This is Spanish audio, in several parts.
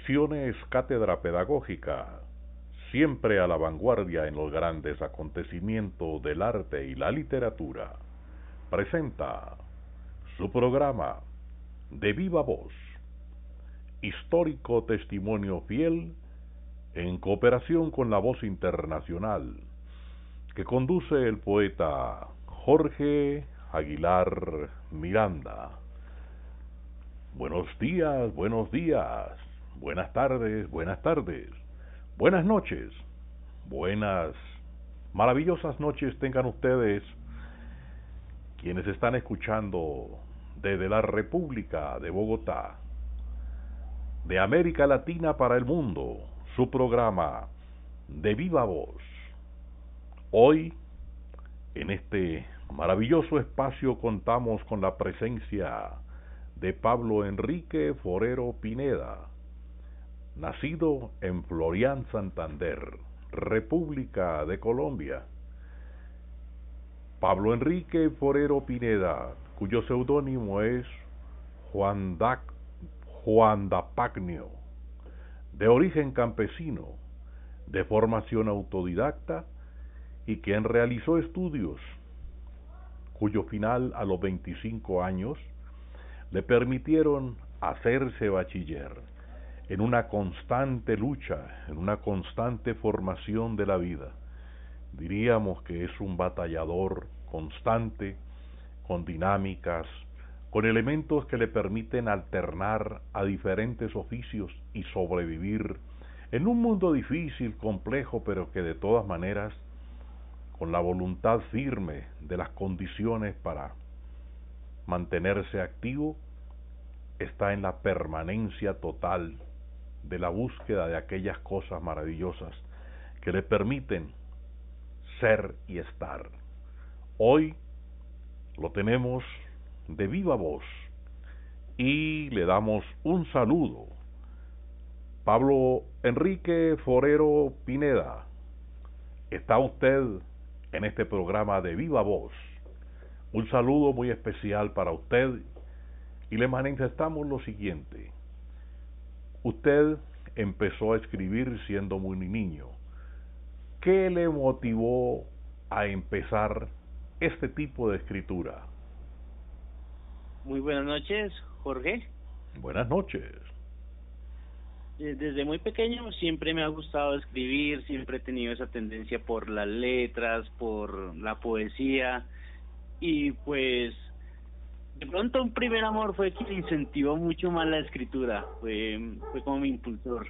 Producciones Cátedra Pedagógica, siempre a la vanguardia en los grandes acontecimientos del arte y la literatura, presenta su programa De Viva Voz, histórico testimonio fiel en cooperación con la Voz Internacional, que conduce el poeta Jorge Aguilar Miranda. Buenos días, buenas tardes, buenas noches, buenas, maravillosas noches tengan ustedes, quienes están escuchando desde la República de Bogotá, de América Latina para el mundo, su programa De Viva Voz. Hoy, en este maravilloso espacio, contamos con la presencia de Pablo Enrique Forero Pineda, nacido en Florian, Santander, República de Colombia. Pablo Enrique Forero Pineda, cuyo seudónimo es Juan Dapacnio, de origen campesino, de formación autodidacta y quien realizó estudios cuyo final a los 25 años le permitieron hacerse bachiller, en una constante lucha, en una constante formación de la vida. Diríamos que es un batallador constante, con dinámicas, con elementos que le permiten alternar a diferentes oficios y sobrevivir en un mundo difícil, complejo, pero que de todas maneras, con la voluntad firme de las condiciones para mantenerse activo, está en la permanencia total de la búsqueda de aquellas cosas maravillosas que le permiten ser y estar. Hoy lo tenemos de viva voz y le damos un saludo. Pablo Enrique Forero Pineda, está usted en este programa de viva voz. Un saludo muy especial para usted y le manifestamos lo siguiente. Usted empezó a escribir siendo muy niño. ¿Qué le motivó a empezar este tipo de escritura? Muy buenas noches, Jorge. Buenas noches. Desde muy pequeño siempre me ha gustado escribir, siempre he tenido esa tendencia por las letras, por la poesía, y pues de pronto un primer amor fue quien incentivó mucho más la escritura, fue como mi impulsor.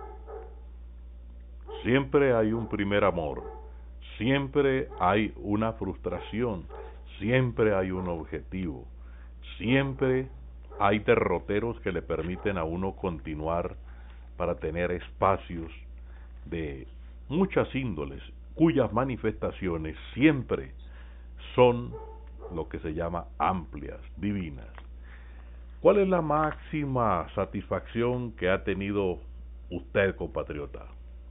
Siempre hay un primer amor, siempre hay una frustración, siempre hay un objetivo, siempre hay derroteros que le permiten a uno continuar para tener espacios de muchas índoles, cuyas manifestaciones siempre son lo que se llama amplias, divinas. ¿Cuál es la máxima satisfacción que ha tenido usted, compatriota?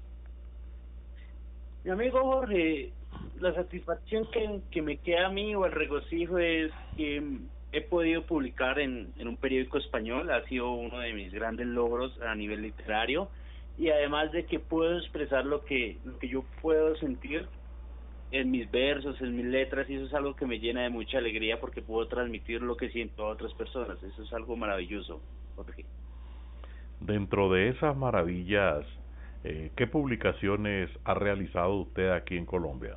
Mi amigo Jorge, la satisfacción que me queda a mí o el regocijo es que he podido publicar en un periódico español, ha sido uno de mis grandes logros a nivel literario, y además de que puedo expresar lo que yo puedo sentir en mis versos, en mis letras, y eso es algo que me llena de mucha alegría porque puedo transmitir lo que siento a otras personas. Eso es algo maravilloso, Jorge. Dentro de esas maravillas, ¿qué publicaciones ha realizado usted aquí en Colombia?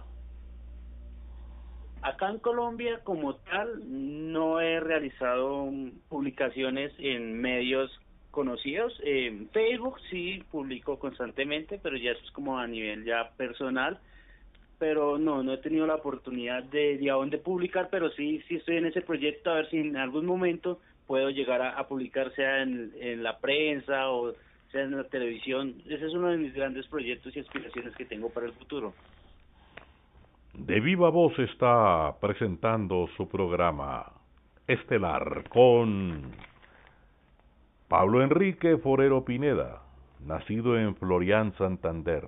Acá en Colombia, como tal, no he realizado publicaciones en medios conocidos. En Facebook sí publico constantemente, pero ya eso es como a nivel ya personal. Pero no he tenido la oportunidad de aún de publicar, pero sí estoy en ese proyecto, a ver si en algún momento puedo llegar a publicar, sea en la prensa o sea en la televisión. Ese es uno de mis grandes proyectos y aspiraciones que tengo para el futuro. De viva voz está presentando su programa estelar con Pablo Enrique Forero Pineda, nacido en Florian, Santander.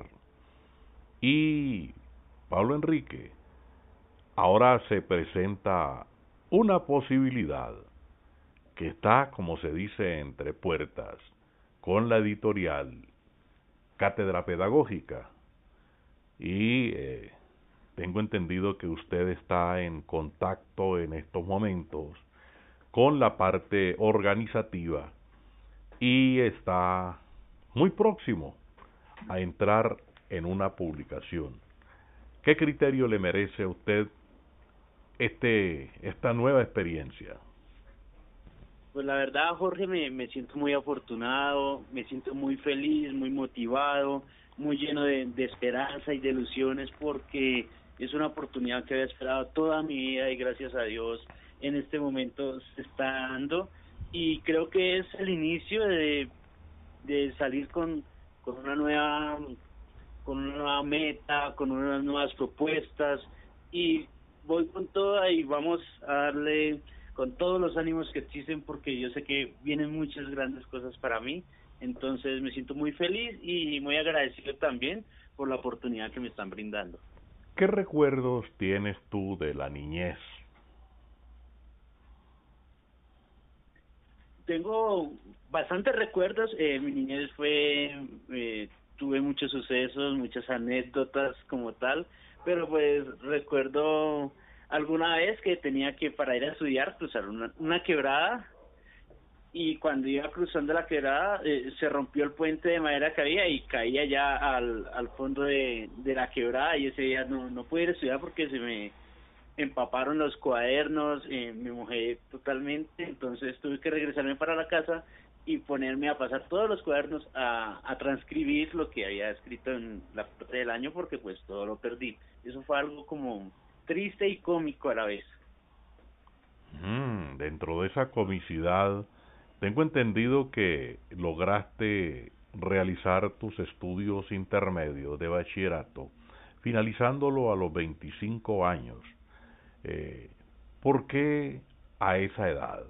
Y Pablo Enrique, ahora se presenta una posibilidad que está, como se dice, entre puertas. con la editorial Cátedra Pedagógica y tengo entendido que usted está en contacto en estos momentos con la parte organizativa y está muy próximo a entrar en una publicación. ¿Qué criterio le merece a usted esta nueva experiencia? Pues la verdad, Jorge, me siento muy afortunado, me siento muy feliz, muy motivado, muy lleno de esperanza y de ilusiones porque es una oportunidad que había esperado toda mi vida y gracias a Dios en este momento se está dando y creo que es el inicio de salir con una nueva con una nueva meta, con unas nuevas propuestas y voy con toda y vamos a darle con todos los ánimos que existen porque yo sé que vienen muchas grandes cosas para mí, entonces me siento muy feliz y muy agradecido también por la oportunidad que me están brindando. ¿Qué recuerdos tienes tú de la niñez? Tengo bastantes recuerdos, mi niñez tuve muchos sucesos, muchas anécdotas como tal, pero pues recuerdo alguna vez que tenía que para ir a estudiar cruzar una quebrada y cuando iba cruzando la quebrada se rompió el puente de madera que había y caía ya al fondo de la quebrada y ese día no pude ir a estudiar porque se me empaparon los cuadernos, me mojé totalmente, entonces tuve que regresarme para la casa y ponerme a pasar todos los cuadernos a transcribir lo que había escrito en la parte del año porque pues todo lo perdí. Eso fue algo como triste y cómico a la vez. Dentro de esa comicidad, tengo entendido que lograste realizar tus estudios intermedios de bachillerato, finalizándolo a los 25 años. ¿Por qué a esa edad?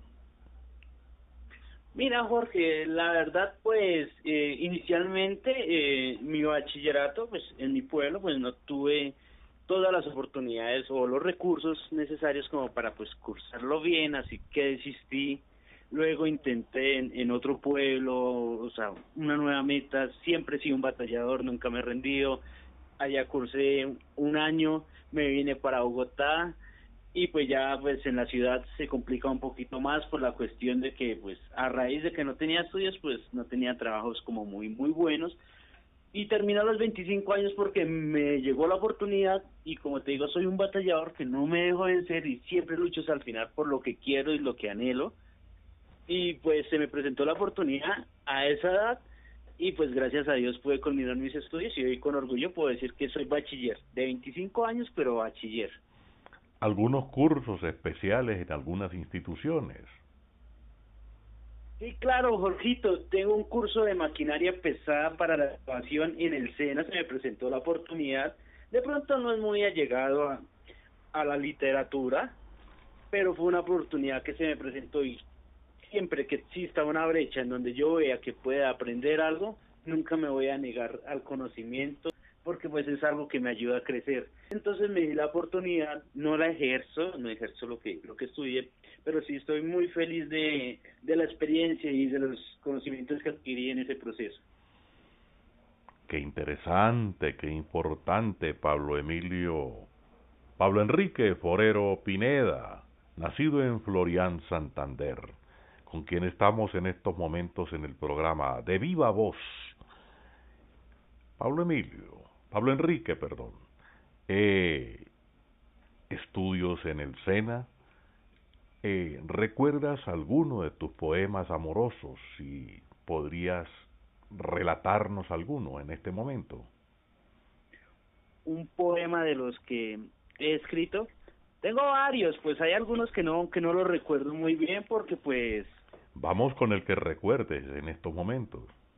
Mira, Jorge, la verdad, pues, inicialmente mi bachillerato, pues, en mi pueblo, pues, no tuve todas las oportunidades o los recursos necesarios como para, pues, cursarlo bien, así que desistí. Luego intenté en otro pueblo, o sea, una nueva meta. Siempre he sido un batallador, nunca me he rendido. Allá cursé un año, me vine para Bogotá y pues ya pues en la ciudad se complica un poquito más por la cuestión de que pues a raíz de que no tenía estudios pues no tenía trabajos como muy buenos y terminé a los 25 años porque me llegó la oportunidad y como te digo soy un batallador que no me dejo vencer y siempre lucho hasta el final por lo que quiero y lo que anhelo y pues se me presentó la oportunidad a esa edad y pues gracias a Dios pude culminar mis estudios y hoy con orgullo puedo decir que soy bachiller de 25 años pero bachiller. Algunos cursos especiales en algunas instituciones. Sí, claro, Jorgito, tengo un curso de maquinaria pesada para la grabación en el SENA, se me presentó la oportunidad, de pronto no es muy allegado a la literatura, pero fue una oportunidad que se me presentó y siempre que exista una brecha en donde yo vea que pueda aprender algo, nunca me voy a negar al conocimiento porque pues es algo que me ayuda a crecer. Entonces me di la oportunidad, no la ejerzo, no ejerzo lo que estudié, pero sí estoy muy feliz de la experiencia y de los conocimientos que adquirí en ese proceso. Qué interesante, qué importante, Pablo Enrique Forero Pineda, nacido en Florian, Santander, con quien estamos en estos momentos en el programa de Viva Voz. Pablo Enrique, perdón, estudios en el SENA. ¿Recuerdas alguno de tus poemas amorosos? Si podrías relatarnos alguno en este momento. Un poema de los que he escrito, tengo varios, pues hay algunos que no los recuerdo muy bien porque pues... Vamos con el que recuerdes en estos momentos.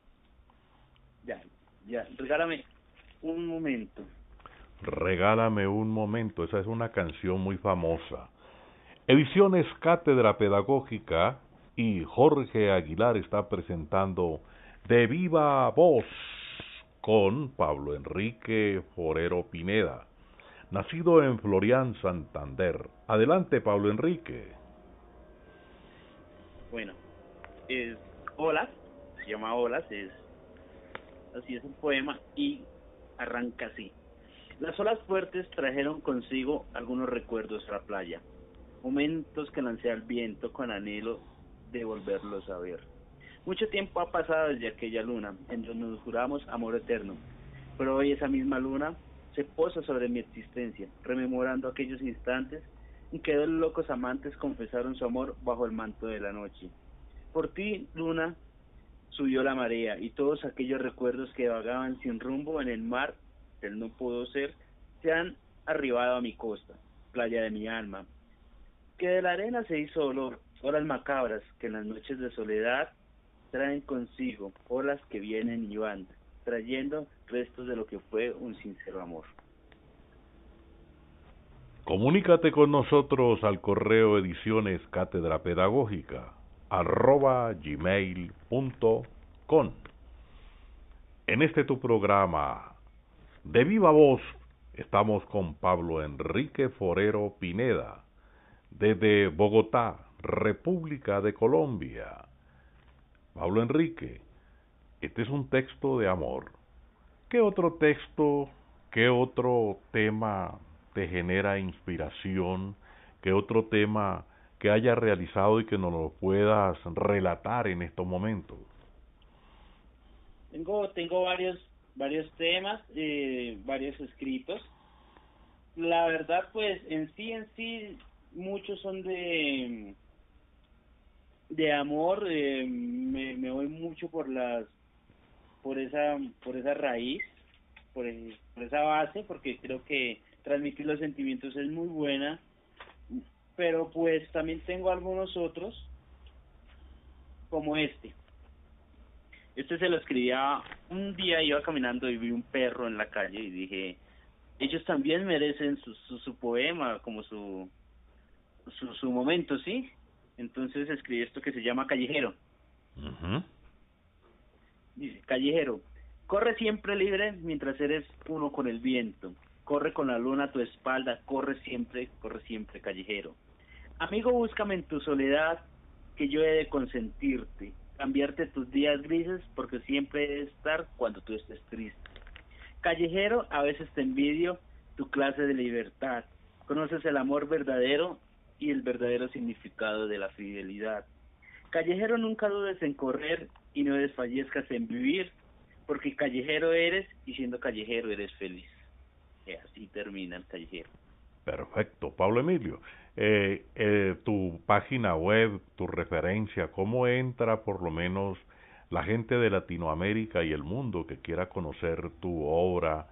Ya, regálame un momento. Regálame un momento, esa es una canción muy famosa. Ediciones Cátedra Pedagógica y Jorge Aguilar está presentando De Viva Voz con Pablo Enrique Forero Pineda, nacido en Florian, Santander. Adelante, Pablo Enrique. Bueno, hola, se llama Olas, así es el poema, y arranca así. Las olas fuertes trajeron consigo algunos recuerdos a la playa, momentos que lancé al viento con anhelo de volverlos a ver. Mucho tiempo ha pasado desde aquella luna, en donde nos juramos amor eterno, pero hoy esa misma luna se posa sobre mi existencia, rememorando aquellos instantes en que dos locos amantes confesaron su amor bajo el manto de la noche. Por ti, luna, subió la marea, y todos aquellos recuerdos que vagaban sin rumbo en el mar del no pudo ser, se han arribado a mi costa, playa de mi alma, que de la arena se hizo olor, olas macabras que en las noches de soledad traen consigo olas que vienen y van, trayendo restos de lo que fue un sincero amor. Comunícate con nosotros al correo edicionescatedradpedagógica@gmail.com. En este tu programa de viva voz estamos con Pablo Enrique Forero Pineda, desde Bogotá, República de Colombia. Pablo Enrique, este es un texto de amor. ¿Qué otro texto, qué otro tema te genera inspiración? ¿Qué otro tema que hayas realizado y que nos lo puedas relatar en estos momentos? Tengo varios temas, varios escritos. La verdad, pues, en sí, muchos son de amor. Me voy mucho por esa raíz, por esa base, porque creo que transmitir los sentimientos es muy buena. Pero pues también tengo algunos otros, como este. Este se lo escribía un día, iba caminando y vi un perro en la calle y dije, ellos también merecen su poema, como su momento, ¿sí? Entonces escribí esto que se llama Callejero. Uh-huh. Dice, Callejero, corre siempre libre mientras eres uno con el viento. Corre con la luna a tu espalda, corre siempre, callejero. Amigo, búscame en tu soledad, que yo he de consentirte, cambiarte tus días grises, porque siempre he de estar cuando tú estés triste. Callejero, a veces te envidio tu clase de libertad. Conoces el amor verdadero y el verdadero significado de la fidelidad. Callejero, nunca dudes en correr y no desfallezcas en vivir, porque callejero eres y siendo callejero eres feliz. Y así termina el Callejero. Perfecto. Pablo Emilio, tu página web, tu referencia, ¿cómo entra por lo menos la gente de Latinoamérica y el mundo que quiera conocer tu obra?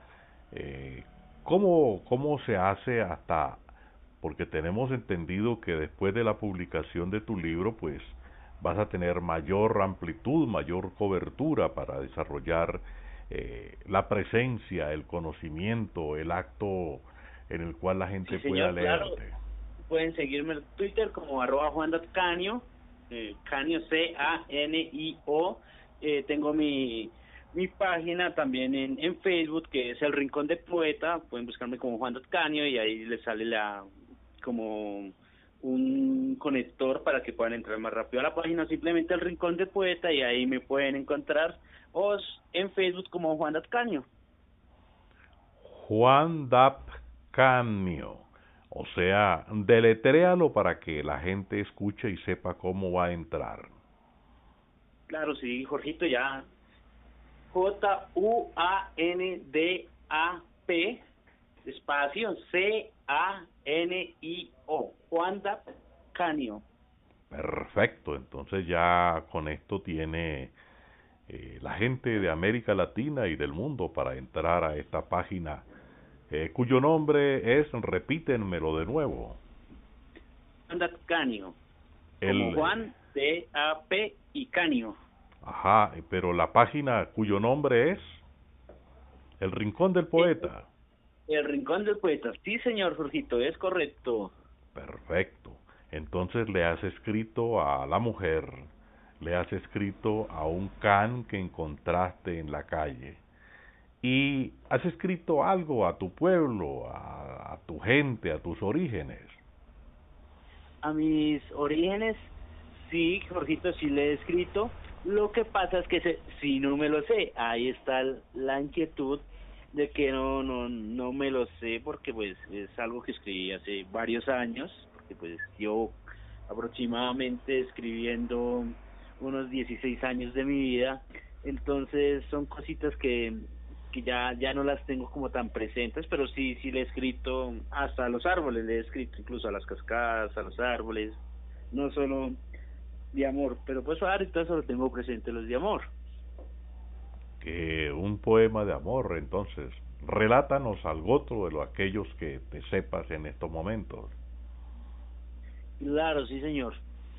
¿Cómo se hace hasta, porque tenemos entendido que después de la publicación de tu libro, pues vas a tener mayor amplitud, mayor cobertura para desarrollar la presencia, el conocimiento, el acto en el cual la gente sí, pueda señor, leerte? Claro. Pueden seguirme en Twitter como @juan.canio, Canio, C-A-N-I-O. Tengo mi página también en Facebook, que es El Rincón de Poeta. Pueden buscarme como Juan.canio y ahí les sale como un conector para que puedan entrar más rápido a la página, simplemente El Rincón de Poeta, y ahí me pueden encontrar, o en Facebook como Juan.canio. Juan.canio. O sea, deletréalo para que la gente escuche y sepa cómo va a entrar. Claro, sí, Jorgito, ya. Juandap, espacio, C-A-N-I-O. Juan.canio. Perfecto, entonces ya con esto tiene la gente de América Latina y del mundo para entrar a esta página, cuyo nombre es, repítenmelo de nuevo. Juan.canio. Como Juan, D-A-P y Canio. Ajá, pero la página cuyo nombre es El Rincón del Poeta. El Rincón del Poeta. Sí, señor Jorgito, es correcto. Perfecto. Entonces le has escrito a la mujer, le has escrito a un can que encontraste en la calle, y has escrito algo a tu pueblo, a tu gente, a tus orígenes. A mis orígenes, sí, Jorgito, sí le he escrito. Lo que pasa es que si no me lo sé, ahí está la inquietud de que no me lo sé, porque pues es algo que escribí hace varios años, porque pues yo aproximadamente escribiendo unos 16 años de mi vida. Entonces son cositas que ya no las tengo como tan presentes, pero sí le he escrito hasta a los árboles, le he escrito incluso a las cascadas, a los árboles, no solo de amor, pero pues ahorita solo tengo presente los de amor. Que un poema de amor, entonces, relátanos algo otro de lo aquellos que te sepas en estos momentos. Claro, sí señor.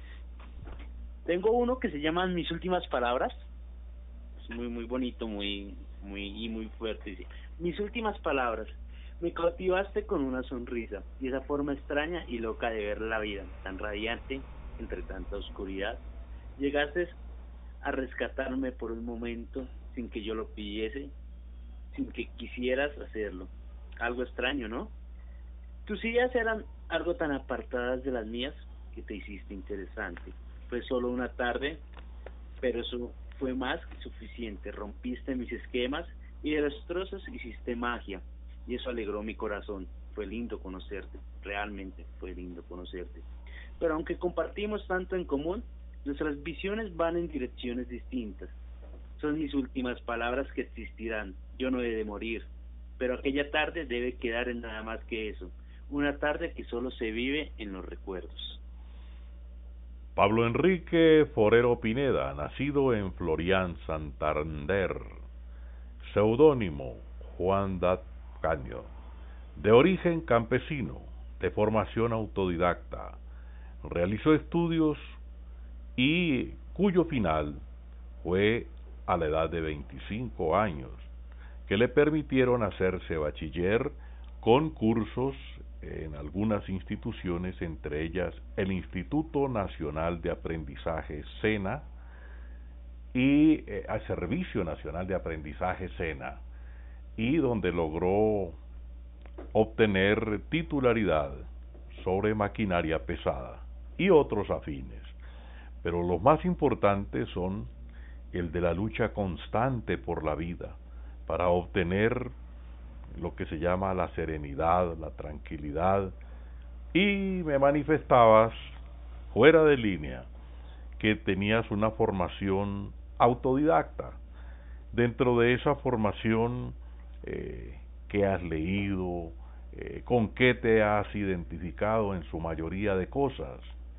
Tengo uno que se llama Mis últimas palabras, es muy bonito, muy fuerte. Dice: mis últimas palabras. Me cautivaste con una sonrisa y esa forma extraña y loca de ver la vida, tan radiante entre tanta oscuridad. Llegaste a rescatarme por un momento sin que yo lo pidiese, sin que quisieras hacerlo. Algo extraño, ¿no? Tus ideas eran algo tan apartadas de las mías que te hiciste interesante. Fue solo una tarde, pero eso fue más que suficiente. Rompiste mis esquemas y de los trozos hiciste magia, y eso alegró mi corazón. Fue lindo conocerte, realmente fue lindo conocerte. Pero aunque compartimos tanto en común, nuestras visiones van en direcciones distintas. Son mis últimas palabras que existirán. Yo no he de morir, pero aquella tarde debe quedar en nada más que eso, una tarde que solo se vive en los recuerdos. Pablo Enrique Forero Pineda, nacido en Florian, Santander, seudónimo Juan Dat Caño, de origen campesino, de formación autodidacta, realizó estudios y cuyo final fue a la edad de 25 años, que le permitieron hacerse bachiller con cursos en algunas instituciones, entre ellas el Instituto Nacional de Aprendizaje SENA y al Servicio Nacional de Aprendizaje SENA, y donde logró obtener titularidad sobre maquinaria pesada y otros afines. Pero los más importantes son el de la lucha constante por la vida, para obtener lo que se llama la serenidad, la tranquilidad, y me manifestabas, fuera de línea, que tenías una formación autodidacta. Dentro de esa formación, ¿qué has leído? ¿Con qué te has identificado en su mayoría de cosas?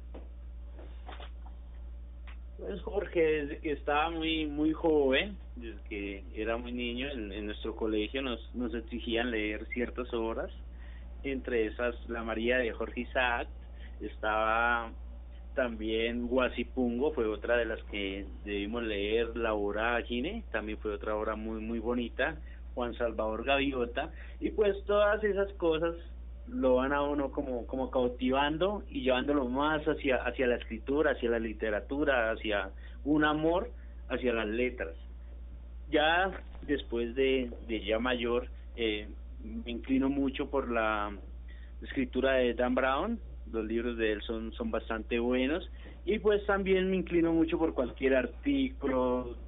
Pues Jorge, desde que estaba muy joven, desde que era muy niño, en nuestro colegio nos exigían leer ciertas obras, entre esas La María de Jorge Isaac. Estaba también Guasipungo, fue otra de las que debimos leer. La Vorágine también fue otra obra muy bonita. Juan Salvador Gaviota, y pues todas esas cosas lo van a uno como cautivando y llevándolo más hacia la escritura, hacia la literatura, hacia un amor hacia las letras. Ya después de ya mayor, me inclino mucho por la escritura de Dan Brown. Los libros de él son bastante buenos, y pues también me inclino mucho por cualquier artículo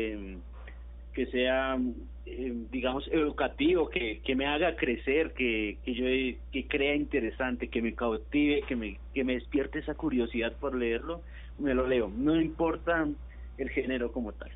que sea, digamos, educativo, que me haga crecer, que crea interesante, que me cautive, que me despierte esa curiosidad por leerlo. Me lo leo, no importa el género como tal.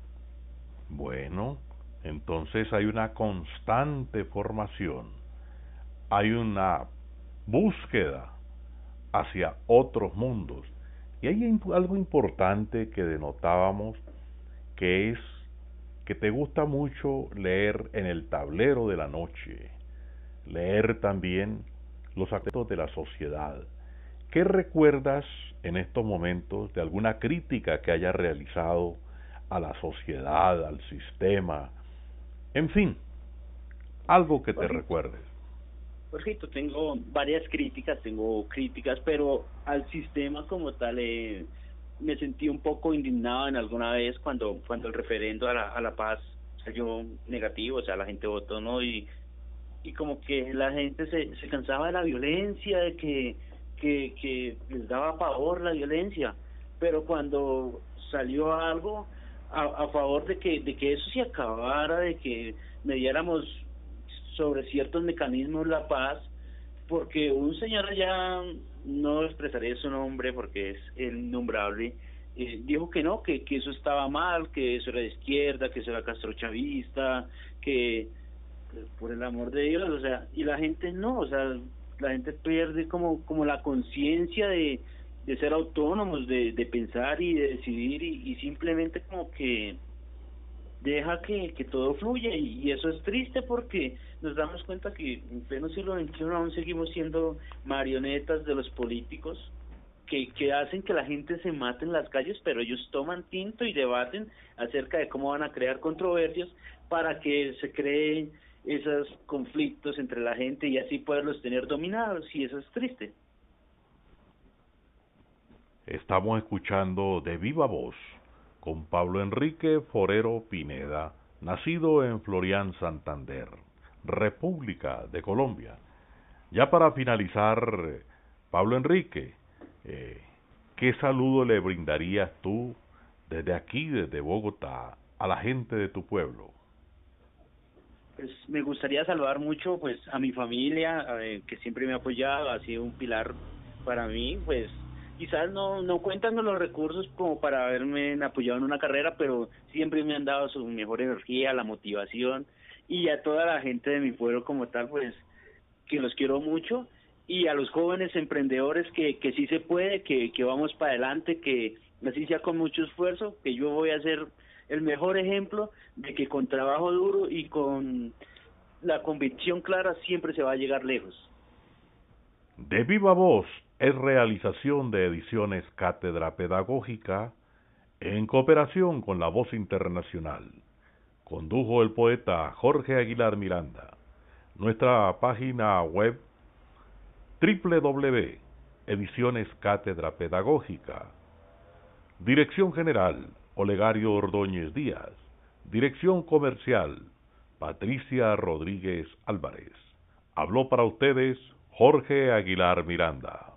Bueno, entonces hay una constante formación, hay una búsqueda hacia otros mundos. Y hay algo importante que denotábamos, que es que te gusta mucho leer en el tablero de la noche, leer también los aspectos de la sociedad. ¿Qué recuerdas en estos momentos de alguna crítica que haya realizado a la sociedad, al sistema? En fin, algo que te recuerdes. Jorgito, tengo críticas, pero al sistema como tal, me sentí un poco indignado en alguna vez cuando el referendo a la paz salió negativo. O sea, la gente votó no, y como que la gente se cansaba de la violencia, de que les daba pavor la violencia, pero cuando salió algo, a favor de que eso se acabara, de que mediáramos sobre ciertos mecanismos la paz, porque un señor allá, no expresaré su nombre porque es innombrable, dijo que no, que eso estaba mal, que eso era de izquierda, que eso era castrochavista, que por el amor de Dios, o sea, y la gente no, o sea, la gente pierde como la conciencia de ser autónomos, de pensar y de decidir y simplemente como que deja que todo fluya y eso es triste porque nos damos cuenta que en pleno siglo XXI aún seguimos siendo marionetas de los políticos que hacen que la gente se mate en las calles, pero ellos toman tinto y debaten acerca de cómo van a crear controversias para que se creen esos conflictos entre la gente y así poderlos tener dominados, y eso es triste. Estamos escuchando de viva voz con Pablo Enrique Forero Pineda, nacido en Florian, Santander, República de Colombia. Ya para finalizar, Pablo Enrique, ¿qué saludo le brindarías tú desde aquí, desde Bogotá, a la gente de tu pueblo? Pues me gustaría saludar mucho pues a mi familia, que siempre me ha apoyado, ha sido un pilar para mí, pues quizás no cuentan con los recursos como para haberme apoyado en una carrera, pero siempre me han dado su mejor energía, la motivación, y a toda la gente de mi pueblo como tal, pues que los quiero mucho, y a los jóvenes emprendedores que sí se puede, que vamos para adelante, que así sea con mucho esfuerzo, que yo voy a ser el mejor ejemplo de que con trabajo duro y con la convicción clara siempre se va a llegar lejos. De viva voz es realización de Ediciones Cátedra Pedagógica en cooperación con La Voz Internacional. Condujo el poeta Jorge Aguilar Miranda. Nuestra página web www.ediciones Cátedra Pedagógica. Dirección General Olegario Ordóñez Díaz. Dirección Comercial Patricia Rodríguez Álvarez. Habló para ustedes Jorge Aguilar Miranda.